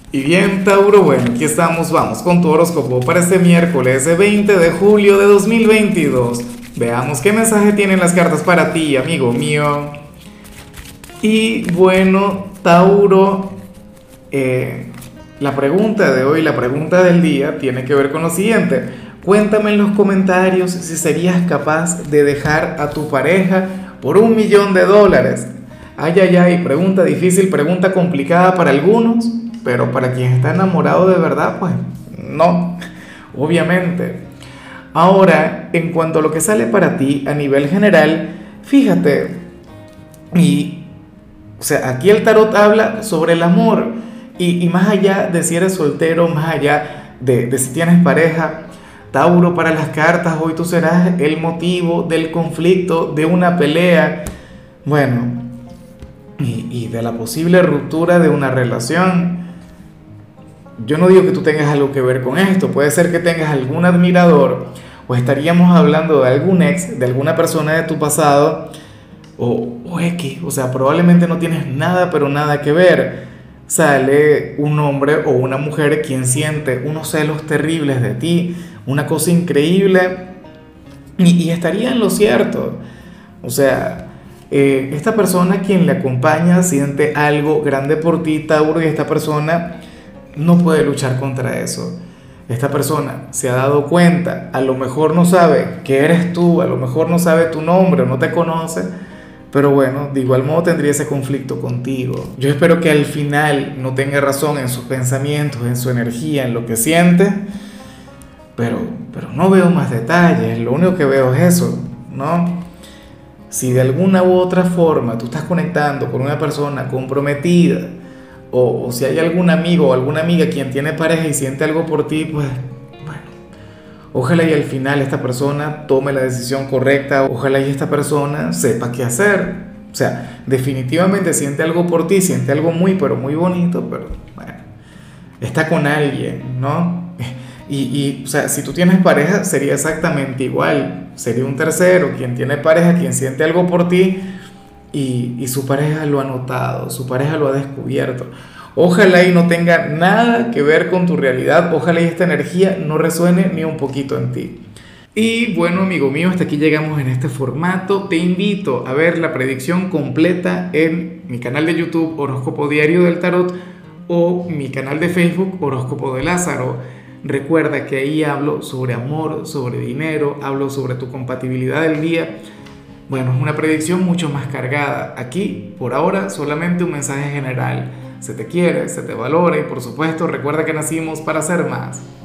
Y bien, Tauro, bueno, aquí estamos, vamos con tu horóscopo para este miércoles 20 de julio de 2022. Veamos qué mensaje tienen las cartas para ti, amigo mío. Y bueno, Tauro, eh, la pregunta de hoy, la pregunta del día, tiene que ver con lo siguiente. Cuéntame en los comentarios si serías capaz de dejar a tu pareja por $1.000.000. Ay, ay, ay, pregunta difícil, pregunta complicada para algunos, pero para quien está enamorado de verdad, pues no, obviamente. Ahora, en cuanto a lo que sale para ti a nivel general, fíjate, y, o sea, aquí el tarot habla sobre el amor, y más allá de si eres soltero, más allá de si tienes pareja, Tauro, para las cartas, hoy tú serás el motivo del conflicto, de una pelea, bueno, y de la posible ruptura de una relación. Yo no digo que tú tengas algo que ver con esto, puede ser que tengas algún admirador o estaríamos hablando de algún ex, de alguna persona de tu pasado o X, o sea, probablemente no tienes nada, pero nada que ver. Sale un hombre o una mujer quien siente unos celos terribles de ti, una cosa increíble y estaría en lo cierto. O sea, esta persona quien le acompaña siente algo grande por ti, Tauro, y esta persona no puede luchar contra eso. Esta persona se ha dado cuenta, a lo mejor no sabe que eres tú, a lo mejor no sabe tu nombre o no te conoce, pero bueno, de igual modo tendría ese conflicto contigo. Yo espero que al final no tenga razón en sus pensamientos, en su energía, en lo que siente, pero no veo más detalles, lo único que veo es eso, ¿no? Si de alguna u otra forma tú estás conectando con una persona comprometida, o si hay algún amigo o alguna amiga quien tiene pareja y siente algo por ti, pues bueno, ojalá y al final esta persona tome la decisión correcta, ojalá y esta persona sepa qué hacer. O sea, definitivamente siente algo por ti, siente algo muy, pero muy bonito, pero bueno, está con alguien, ¿no? O sea, si tú tienes pareja sería exactamente igual, sería un tercero quien tiene pareja, quien siente algo por ti y su pareja lo ha notado, su pareja lo ha descubierto. Ojalá y no tenga nada que ver con tu realidad, ojalá y esta energía no resuene ni un poquito en ti. Y bueno, amigo mío, hasta aquí llegamos en este formato. Te invito a ver la predicción completa en mi canal de YouTube Horóscopo Diario del Tarot o mi canal de Facebook Horóscopo de Lázaro. Recuerda que ahí hablo sobre amor, sobre dinero, hablo sobre tu compatibilidad del día. Bueno, es una predicción mucho más cargada. Aquí, por ahora, solamente un mensaje general. Se te quiere, se te valora y por supuesto recuerda que nacimos para ser más.